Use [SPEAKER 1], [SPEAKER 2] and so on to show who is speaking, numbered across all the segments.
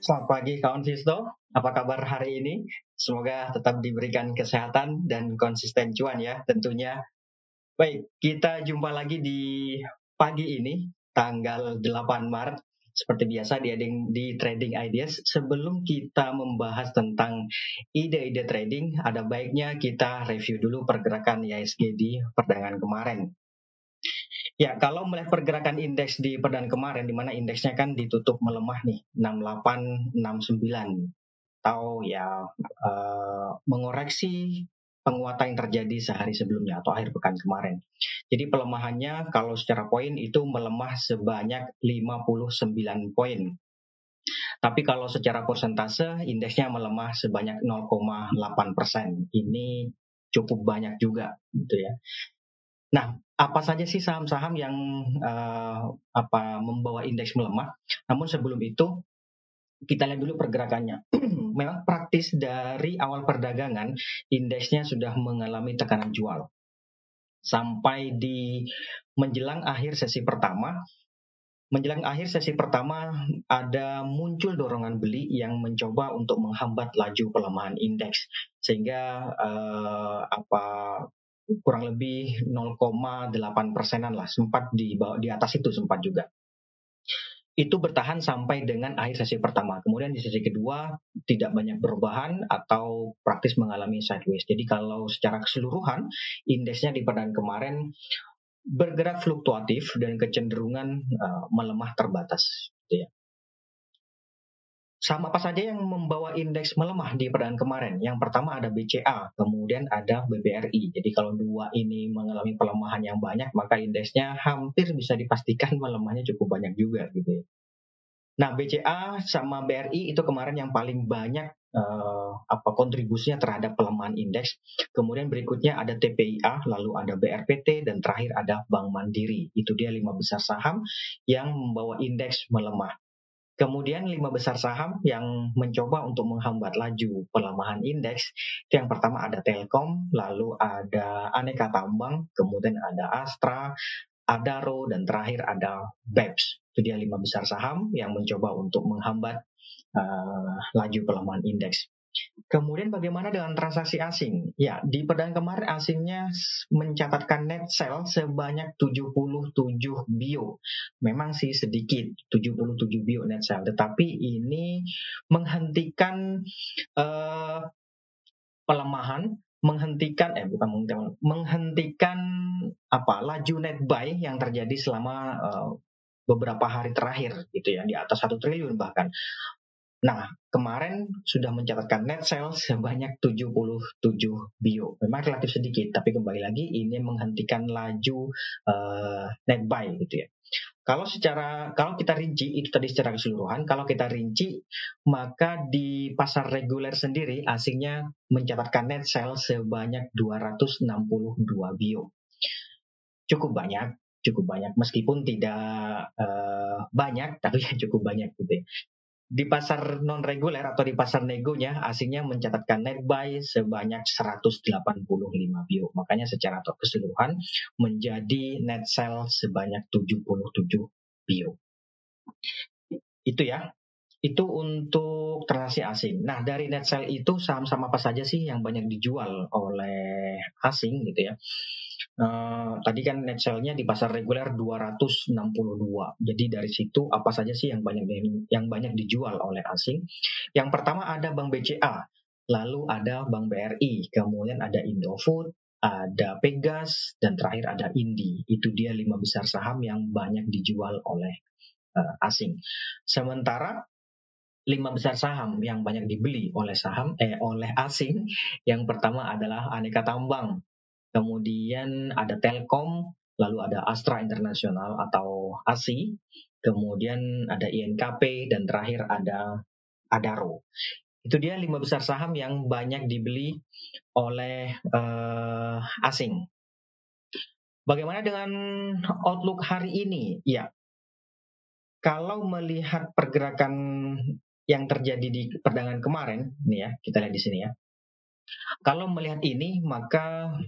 [SPEAKER 1] Selamat pagi kawan Sisto, apa kabar hari ini? Semoga tetap diberikan kesehatan dan konsisten cuan ya tentunya. Baik, kita jumpa lagi di pagi ini, tanggal 8 Maret. Seperti biasa di Trading Ideas. Sebelum kita membahas tentang ide-ide trading, ada baiknya kita review dulu pergerakan IHSG di perdagangan kemarin. Ya, kalau melihat pergerakan indeks di perdagangan kemarin, di mana indeksnya kan ditutup melemah nih, 6869 atau ya mengoreksi penguatan yang terjadi sehari sebelumnya atau akhir pekan kemarin. Jadi pelemahannya kalau secara poin itu melemah sebanyak 59 poin. Tapi kalau secara persentase indeksnya melemah sebanyak 0,8%. Ini cukup banyak juga gitu ya. Nah, apa saja sih saham-saham yang membawa indeks melemah? Namun sebelum itu kita lihat dulu pergerakannya. Memang praktis dari awal perdagangan, indeksnya sudah mengalami tekanan jual. Sampai di menjelang akhir sesi pertama ada muncul dorongan beli yang mencoba untuk menghambat laju pelemahan indeks. Sehingga kurang lebih 0,8%-an lah, sempat di atas itu sempat juga. Itu bertahan sampai dengan akhir sesi pertama. Kemudian di sesi kedua tidak banyak perubahan atau praktis mengalami sideways. Jadi kalau secara keseluruhan indeksnya di perdagangan kemarin bergerak fluktuatif dan kecenderungan melemah terbatas. Gitu ya. Saham apa saja yang membawa indeks melemah di perdagangan kemarin? Yang pertama ada BCA, kemudian ada BBRI. Jadi kalau dua ini mengalami pelemahan yang banyak, maka indeksnya hampir bisa dipastikan melemahnya cukup banyak juga gitu ya. Nah, BCA sama BRI itu kemarin yang paling banyak kontribusinya terhadap pelemahan indeks. Kemudian berikutnya ada TPIA, lalu ada BRPT, dan terakhir ada Bank Mandiri. Itu dia 5 besar saham yang membawa indeks melemah. Kemudian 5 besar saham yang mencoba untuk menghambat laju pelemahan indeks. Itu yang pertama ada Telkom, lalu ada Aneka Tambang, kemudian ada Astra, Adaro, dan terakhir ada BEPS. Itu dia 5 besar saham yang mencoba untuk menghambat laju pelemahan indeks. Kemudian bagaimana dengan transaksi asing? Ya, di perdagangan kemarin asingnya mencatatkan net sell sebanyak 77 bio. Memang sih sedikit, 77 bio net sell. Tetapi ini menghentikan pelemahan, menghentikan laju net buy yang terjadi selama beberapa hari terakhir gitu ya, di atas 1 triliun bahkan. Nah, kemarin sudah mencatatkan net sales sebanyak 77 bio. Memang relatif sedikit, tapi kembali lagi ini menghentikan laju net buy gitu ya. Kalau kita rinci, itu tadi secara keseluruhan, kalau kita rinci, maka di pasar reguler sendiri asingnya mencatatkan net sales sebanyak 262 bio. Cukup banyak meskipun tidak banyak, tapi cukup banyak gitu ya. Di pasar non reguler atau di pasar negonya asingnya mencatatkan net buy sebanyak 185 bio. Makanya secara keseluruhan menjadi net sell sebanyak 77 bio. Itu ya. Itu untuk transaksi asing. Nah, dari net sell itu saham-saham apa saja sih yang banyak dijual oleh asing gitu ya. Tadi kan net sell-nya di pasar reguler 262. Jadi dari situ apa saja sih yang banyak dijual oleh asing? Yang pertama ada Bank BCA, lalu ada Bank BRI, kemudian ada Indofood, ada Pegas, dan terakhir ada Indi. Itu dia 5 besar saham yang banyak dijual oleh asing. Sementara 5 besar saham yang banyak dibeli oleh asing, yang pertama adalah Aneka Tambang. Kemudian ada Telkom, lalu ada Astra Internasional atau ASI, kemudian ada INKP, dan terakhir ada Adaro. Itu dia 5 besar saham yang banyak dibeli oleh asing. Bagaimana dengan outlook hari ini? Ya, kalau melihat pergerakan yang terjadi di perdagangan kemarin, nih ya, kita lihat di sini ya. Kalau melihat ini, maka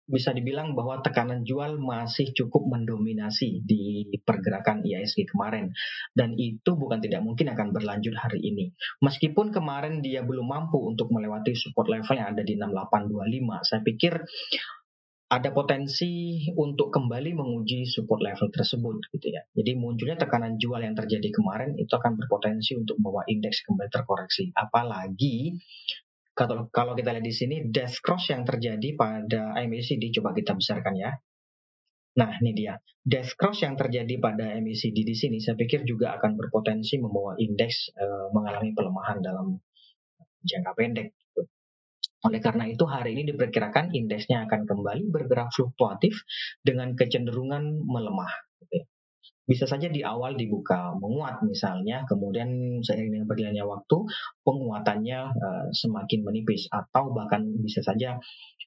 [SPEAKER 1] bisa dibilang bahwa tekanan jual masih cukup mendominasi di pergerakan IHSG kemarin, dan itu bukan tidak mungkin akan berlanjut hari ini. Meskipun kemarin dia belum mampu untuk melewati support level yang ada di 6825, saya pikir ada potensi untuk kembali menguji support level tersebut gitu ya. Jadi munculnya tekanan jual yang terjadi kemarin itu akan berpotensi untuk membawa indeks kembali terkoreksi. Apalagi kalau kita lihat di sini death cross yang terjadi pada MACD, coba kita besarkan ya. Nah, ini dia. Death cross yang terjadi pada MACD di sini saya pikir juga akan berpotensi membawa indeks mengalami pelemahan dalam jangka pendek. Oleh karena itu hari ini diperkirakan indeksnya akan kembali bergerak fluktuatif dengan kecenderungan melemah. Bisa saja di awal dibuka menguat misalnya, kemudian seiring dengan berjalannya waktu penguatannya semakin menipis, atau bahkan bisa saja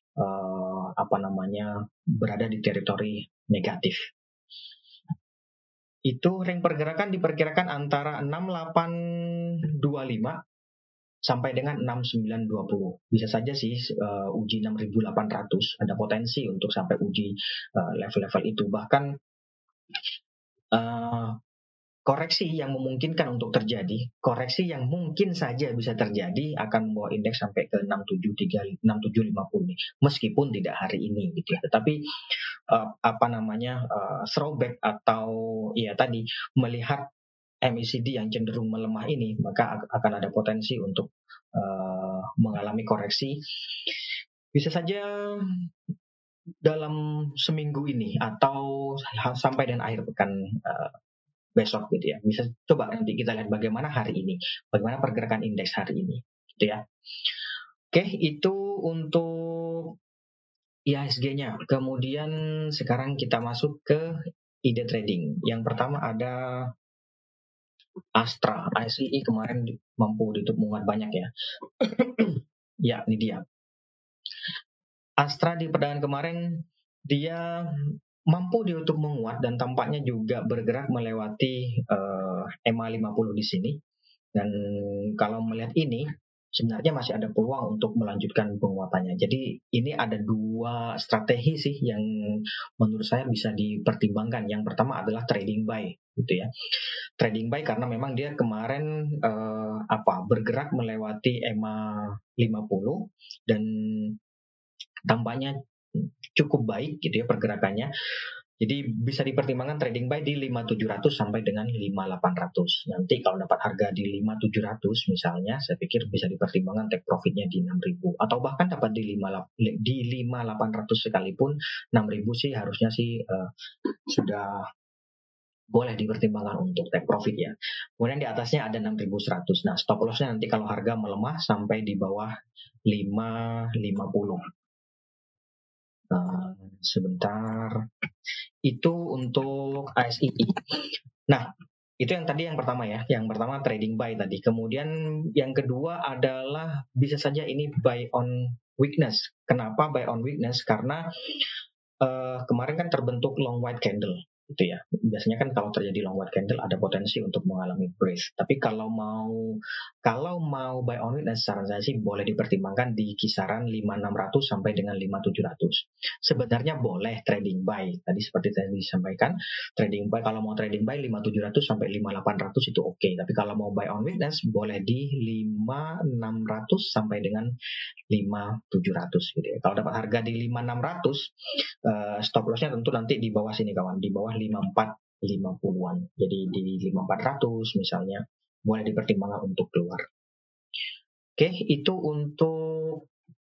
[SPEAKER 1] berada di teritori negatif. Itu ring pergerakan diperkirakan antara 6825 sampai dengan 6920. Bisa saja sih uji 6800, ada potensi untuk sampai uji level-level itu. Bahkan koreksi yang memungkinkan untuk terjadi, koreksi yang mungkin saja bisa terjadi akan membawa indeks sampai ke 6750 nih, meskipun tidak hari ini gitu ya. Tetapi throwback atau ya tadi melihat MACD yang cenderung melemah ini, maka akan ada potensi untuk mengalami koreksi. Bisa saja dalam seminggu ini atau sampai dengan akhir pekan besok gitu ya. Bisa coba nanti kita lihat bagaimana hari ini, bagaimana pergerakan indeks hari ini gitu ya. Oke, itu untuk IHSG-nya. Kemudian sekarang kita masuk ke ide trading. Yang pertama ada Astra. ASII kemarin mampu ditutup menguat banyak ya. Ya, ini dia. Astra di perdagangan kemarin dia mampu ditutup menguat dan tampaknya juga bergerak melewati EMA 50 di sini. Dan kalau melihat ini, sebenarnya masih ada peluang untuk melanjutkan penguatannya. Jadi ini ada dua strategi sih yang menurut saya bisa dipertimbangkan. Yang pertama adalah trading buy, gitu ya. Trading buy karena memang dia kemarin bergerak melewati EMA 50 dan tampaknya cukup baik gitu ya pergerakannya. Jadi bisa dipertimbangkan trading buy di 5700 sampai dengan 5800. Nanti kalau dapat harga di 5700 misalnya, saya pikir bisa dipertimbangkan take profitnya di 6000 atau bahkan dapat di 5800 sekalipun 6000 sih harusnya sih sudah boleh dipertimbangkan untuk take profit ya. Kemudian di atasnya ada 6100. Nah, stop lossnya nanti kalau harga melemah sampai di bawah 550. Sebentar. Itu untuk ASII. Nah, itu yang tadi yang pertama ya. Yang pertama trading buy tadi. Kemudian yang kedua adalah bisa saja ini buy on weakness. Kenapa buy on weakness? Karena kemarin kan terbentuk long white candle itu ya. Biasanya kan kalau terjadi long white candle ada potensi untuk mengalami break. Tapi kalau mau buy on weakness, saran saya sih boleh dipertimbangkan di kisaran 5600 sampai dengan 5700. Sebenarnya boleh trading buy. Tadi seperti tadi disampaikan, trading buy kalau mau trading buy 5700 sampai 5800 itu oke. Tapi kalau mau buy on weakness boleh di 5600 sampai dengan 5700 gitu ya. Kalau dapat harga di 5600 stop lossnya tentu nanti di bawah sini kawan, di bawah 5450-an. Jadi di 5400 misalnya boleh dipertimbangkan untuk keluar. Oke, itu untuk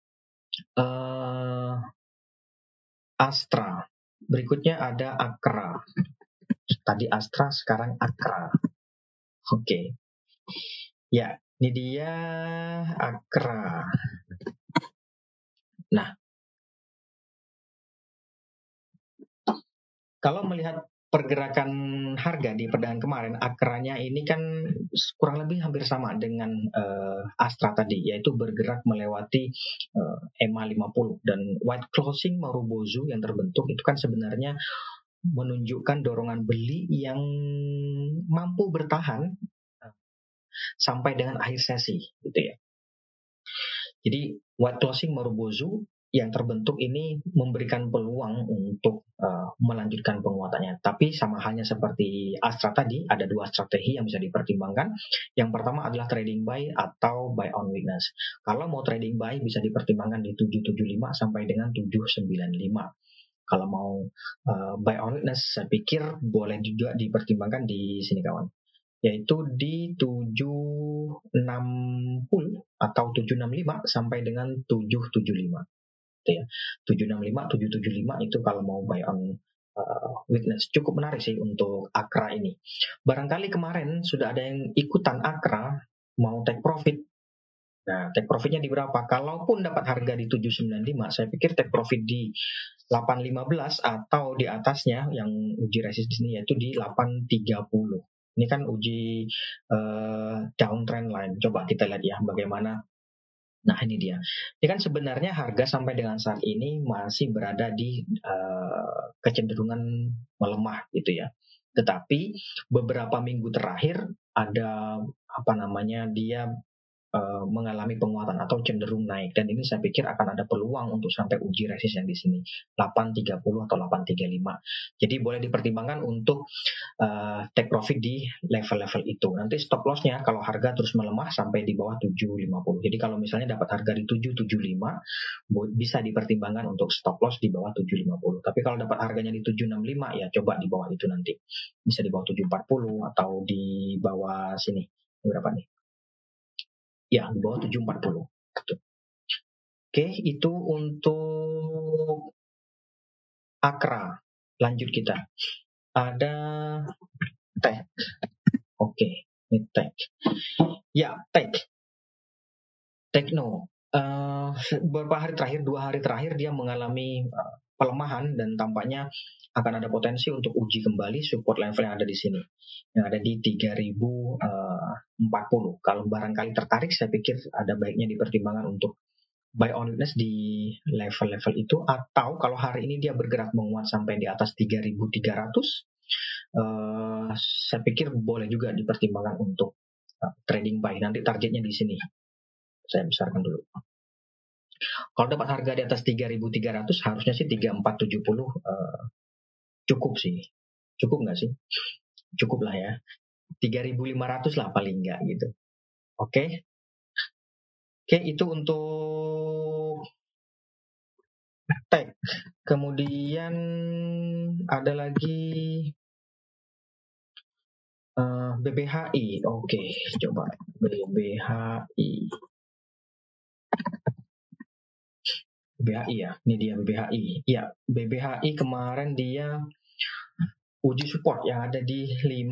[SPEAKER 1] Astra. Berikutnya ada Akra. Tadi Astra, sekarang Akra. Oke. Ya, ini dia Akra. Nah, kalau melihat pergerakan harga di perdagangan kemarin, Akranya ini kan kurang lebih hampir sama dengan Astra tadi, yaitu bergerak melewati EMA 50 dan white closing Marubozu yang terbentuk itu kan sebenarnya menunjukkan dorongan beli yang mampu bertahan sampai dengan akhir sesi gitu ya. Jadi white closing Marubozu yang terbentuk ini memberikan peluang untuk melanjutkan penguatannya. Tapi sama halnya seperti Astra tadi, ada dua strategi yang bisa dipertimbangkan. Yang pertama adalah trading buy atau buy on weakness. Kalau mau trading buy bisa dipertimbangkan di 775 sampai dengan 795. Kalau mau buy on weakness, saya pikir boleh juga dipertimbangkan di sini kawan, yaitu di 760 atau 765 sampai dengan 775. Gitu ya. 765, 775 itu kalau mau buy on weakness. Cukup menarik sih untuk Akra ini. Barangkali kemarin sudah ada yang ikutan Akra mau take profit. Nah, take profitnya di berapa? Kalaupun dapat harga di 795, saya pikir take profit di 815 atau di atasnya yang uji resist di sini yaitu di 830. Ini kan uji downtrend line. Coba kita lihat ya bagaimana. Nah, ini dia. Ini kan sebenarnya harga sampai dengan saat ini masih berada di kecenderungan melemah gitu ya. Tetapi beberapa minggu terakhir ada dia mengalami penguatan atau cenderung naik, dan ini saya pikir akan ada peluang untuk sampai uji resist yang di sini 830 atau 835. Jadi boleh dipertimbangkan untuk take profit di level-level itu. Nanti stop lossnya kalau harga terus melemah sampai di bawah 750. Jadi kalau misalnya dapat harga di 775 bisa dipertimbangkan untuk stop loss di bawah 750. Tapi kalau dapat harganya di 765 ya coba di bawah itu nanti. Bisa di bawah 740 atau di bawah sini. Berapa nih? Ya, di bawah 740. Gitu. Oke, itu untuk Akra. Lanjut kita. Ada Tech. Oke, ini Tech. Ya, Tech. Tekno. Beberapa hari terakhir, 2 hari terakhir dia mengalami pelemahan dan tampaknya akan ada potensi untuk uji kembali support level yang ada di sini, yang ada di 3040. Kalau barangkali tertarik, saya pikir ada baiknya dipertimbangkan untuk buy on weakness di level-level itu, atau kalau hari ini dia bergerak menguat sampai di atas 3300, saya pikir boleh juga dipertimbangkan untuk trading buy. Nanti targetnya di sini. Saya besarkan dulu. Kalau dapat harga di atas 3.300 harusnya sih 3.470 cukup sih. Cukup nggak sih? Cukup lah ya. 3.500 lah paling nggak gitu. Oke. Oke, itu untuk Tech. Kemudian ada lagi BBHI. Oke, coba BBHI. BBHI ya, ini dia BBHI. Ya, BBHI kemarin dia uji support yang ada di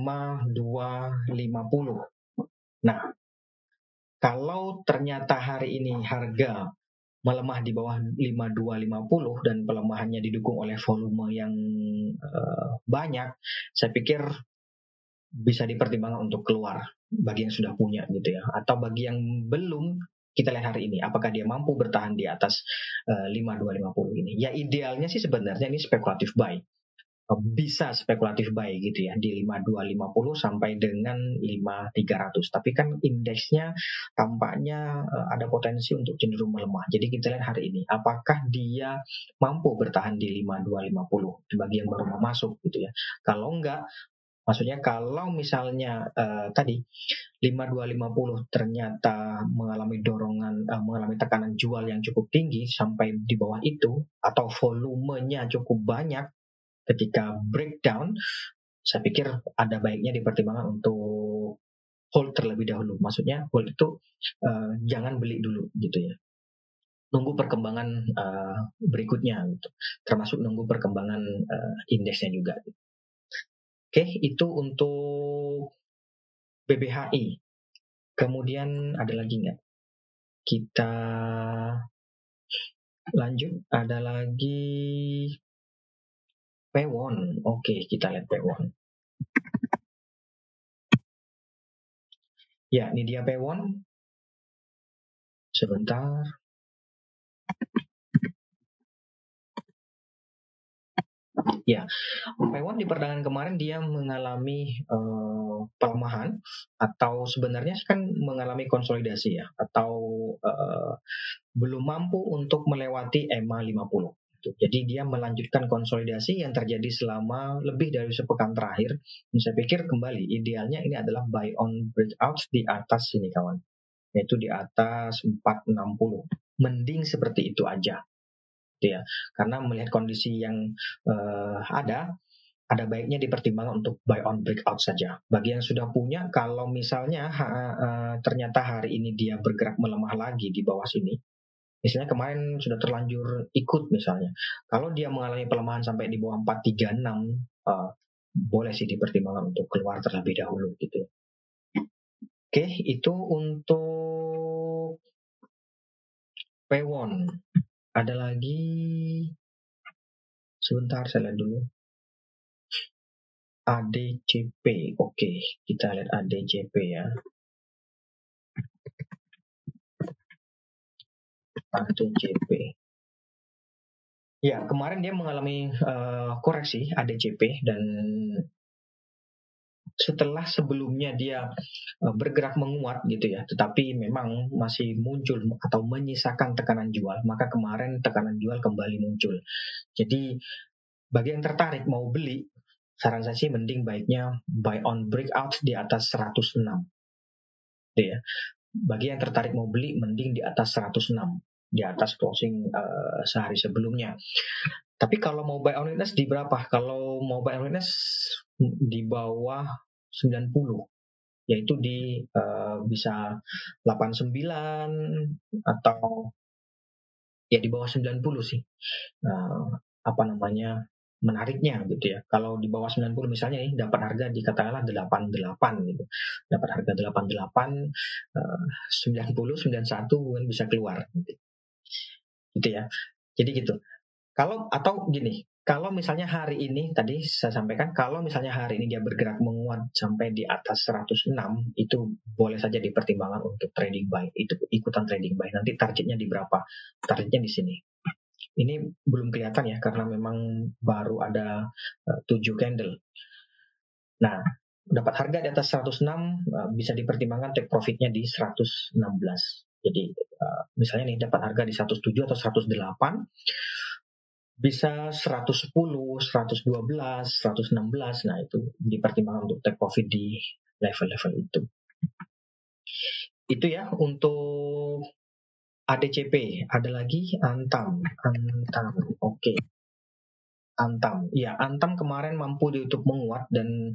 [SPEAKER 1] 5250. Nah, kalau ternyata hari ini harga melemah di bawah 5250 dan pelemahannya didukung oleh volume yang banyak, saya pikir bisa dipertimbangkan untuk keluar bagi yang sudah punya gitu ya, atau bagi yang belum. Kita lihat hari ini apakah dia mampu bertahan di atas 5250 ini. Ya idealnya sih sebenarnya ini spekulatif buy, bisa spekulatif buy gitu ya di 5250 sampai dengan 5300. Tapi kan indeksnya tampaknya ada potensi untuk cenderung melemah. Jadi kita lihat hari ini apakah dia mampu bertahan di 5250 bagi yang baru mau masuk gitu ya. Kalau enggak, maksudnya kalau misalnya tadi 5250 ternyata mengalami dorongan, mengalami tekanan jual yang cukup tinggi sampai di bawah itu, atau volumenya cukup banyak ketika breakdown, saya pikir ada baiknya dipertimbangkan untuk hold terlebih dahulu. Maksudnya hold itu jangan beli dulu gitu ya. Nunggu perkembangan berikutnya gitu. Termasuk nunggu perkembangan indeksnya juga. Oke, itu untuk BBHI. Kemudian ada lagi nggak? Kita lanjut. Ada lagi Pewon. Oke, kita lihat Pewon. Ya, ini dia Pewon. Sebentar. Ya, Taiwan di perdagangan kemarin dia mengalami pelemahan, atau sebenarnya kan mengalami konsolidasi ya, atau belum mampu untuk melewati EMA 50. Jadi dia melanjutkan konsolidasi yang terjadi selama lebih dari sepekan terakhir. Dan saya pikir kembali idealnya ini adalah buy on breakout di atas sini kawan, yaitu di atas 460. Mending seperti itu aja, ya. Karena melihat kondisi yang ada baiknya dipertimbangkan untuk buy on breakout saja. Bagi yang sudah punya, kalau misalnya ternyata hari ini dia bergerak melemah lagi di bawah sini, misalnya kemarin sudah terlanjur ikut misalnya, kalau dia mengalami pelemahan sampai di bawah 436, boleh sih dipertimbangkan untuk keluar terlebih dahulu gitu. Oke, itu untuk Pewon. Ada lagi, sebentar saya lihat dulu. ADCP. Oke, kita lihat ADCP ya. ADCP. Ya, kemarin dia mengalami koreksi ADCP, dan setelah sebelumnya dia bergerak menguat gitu ya, tetapi memang masih muncul atau menyisakan tekanan jual, maka kemarin tekanan jual kembali muncul. Jadi bagi yang tertarik mau beli, saran saya sih mending baiknya buy on breakout di atas 106. Gitu ya. Bagi yang tertarik mau beli, mending di atas 106, di atas closing sehari sebelumnya. Tapi kalau mau buy on weakness di berapa? Kalau mau buy on weakness di bawah 90, yaitu di bisa 89 atau ya di bawah 90 sih. Apa namanya, menariknya gitu ya. Kalau di bawah 90 misalnya nih dapat harga di katakanlah 88 gitu. Dapat harga 88, 90 91 kan bisa keluar gitu. Gitu ya. Jadi gitu. Kalau atau gini, kalau misalnya hari ini tadi saya sampaikan, kalau misalnya hari ini dia bergerak menguat sampai di atas 106, itu boleh saja dipertimbangkan untuk trading buy. Itu ikutan trading buy. Nanti targetnya di berapa? Targetnya di sini. Ini belum kelihatan ya karena memang baru ada 7 candle. Nah, dapat harga di atas 106, bisa dipertimbangkan take profitnya di 116. Jadi misalnya nih dapat harga di 107 atau 108, bisa 110, 112, 116. Nah, itu dipertimbangkan untuk take profit di level-level itu. Itu ya untuk ADCP. Ada lagi Antam. Oke. Antam. Ya, Antam kemarin mampu ditutup menguat dan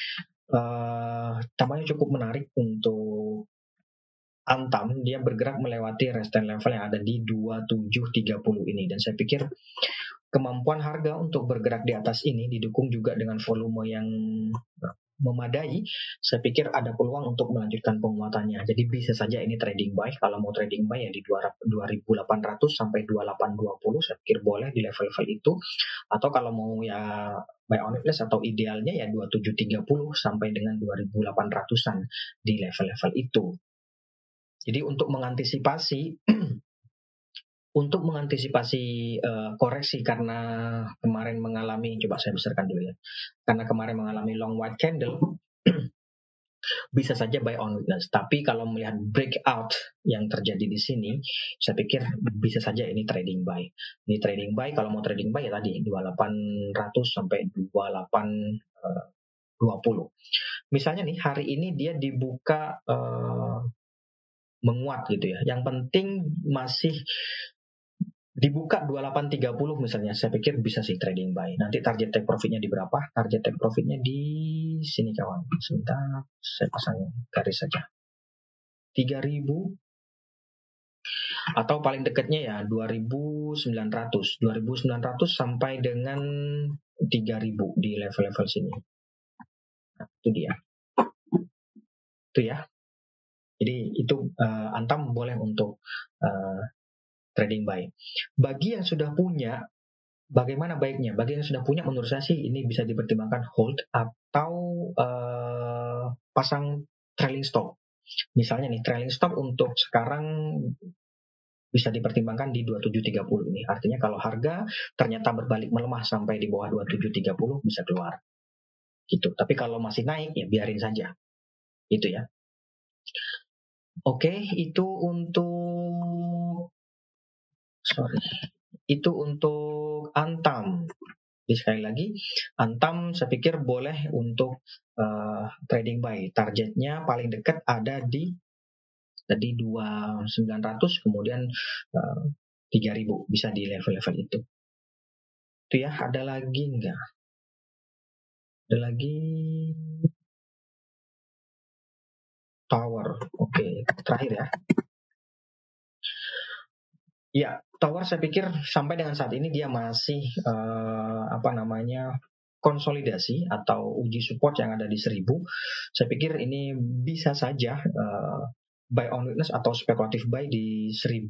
[SPEAKER 1] tampaknya cukup menarik untuk Antam. Dia bergerak melewati resistance level yang ada di 2730 ini, dan saya pikir kemampuan harga untuk bergerak di atas ini didukung juga dengan volume yang memadai. Saya pikir ada peluang untuk melanjutkan penguatannya. Jadi bisa saja ini trading buy. Kalau mau trading buy ya di 2800 sampai 2820, saya pikir boleh di level-level itu. Atau kalau mau ya buy on weakness atau idealnya ya 2730 sampai dengan 2800-an di level-level itu. Jadi untuk mengantisipasi koreksi karena kemarin mengalami, coba saya besarkan dulu ya, karena kemarin mengalami long white candle, bisa saja buy on weakness. Tapi kalau melihat breakout yang terjadi di sini, saya pikir bisa saja ini trading buy. Ini trading buy, kalau mau trading buy ya tadi 2800 sampai 2820. Misalnya nih hari ini dia dibuka menguat gitu ya. Yang penting masih dibuka 2830 misalnya, saya pikir bisa sih trading buy. Nanti target take profitnya di berapa? Target take profitnya di sini kawan. Sebentar, saya pasang garis saja. 3000 atau paling dekatnya ya 2900. 2900 sampai dengan 3000 di level-level sini. Nah, itu dia. Itu ya. Jadi itu Antam boleh untuk trading buy. Bagi yang sudah punya, bagaimana baiknya? Bagi yang sudah punya, menurut saya sih ini bisa dipertimbangkan hold atau pasang trailing stop. Misalnya nih trailing stop untuk sekarang bisa dipertimbangkan di 27.30 ini. Artinya kalau harga ternyata berbalik melemah sampai di bawah 27.30 bisa keluar. Gitu. Tapi kalau masih naik ya biarin saja. Itu ya. Oke, itu untuk Antam. Jadi sekali lagi, Antam saya pikir boleh untuk trading buy. Targetnya paling dekat ada di tadi 2.900, kemudian 3.000, bisa di level-level itu. Itu ya. Ada lagi enggak? Ada lagi Tower. Oke, terakhir ya. Ya, Tower saya pikir sampai dengan saat ini dia masih konsolidasi atau uji support yang ada di 1.000. Saya pikir ini bisa saja buy on weakness atau spekulatif buy di 1.000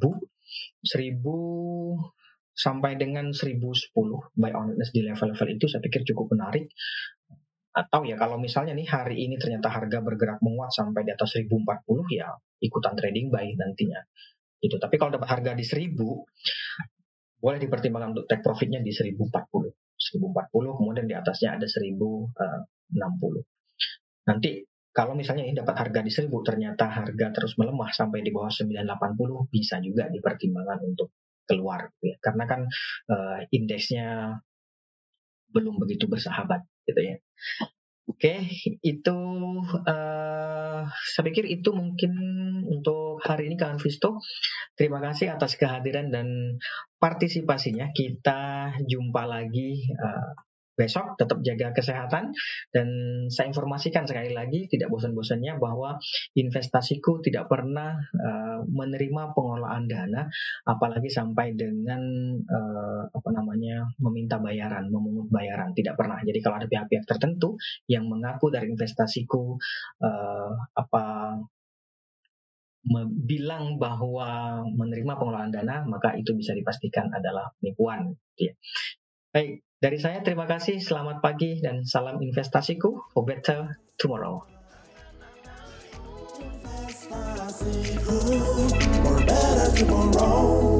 [SPEAKER 1] sampai dengan 1.010. Buy on weakness di level-level itu saya pikir cukup menarik. Atau ya kalau misalnya nih hari ini ternyata harga bergerak menguat sampai di atas 1.040, ya ikutan trading buy nantinya. Gitu. Tapi kalau dapat harga di 1.000, boleh dipertimbangkan untuk take profitnya di 1.040, kemudian di atasnya ada 1.060. Nanti kalau misalnya ini dapat harga di 1.000, ternyata harga terus melemah sampai di bawah 980, bisa juga dipertimbangkan untuk keluar. Ya. Karena kan indeksnya belum begitu bersahabat, gitu ya. Oke, itu saya pikir itu mungkin untuk hari ini kawan Visto. Terima kasih atas kehadiran dan partisipasinya. Kita jumpa lagi besok. Tetap jaga kesehatan, dan saya informasikan sekali lagi tidak bosan-bosannya bahwa investasiku tidak pernah menerima pengelolaan dana, apalagi sampai dengan meminta bayaran, memungut bayaran, tidak pernah. Jadi kalau ada pihak-pihak tertentu yang mengaku dari investasiku bilang bahwa menerima pengelolaan dana, maka itu bisa dipastikan adalah penipuan. Ya. Baik, dari saya terima kasih, selamat pagi dan salam investasiku for better tomorrow. For better tomorrow.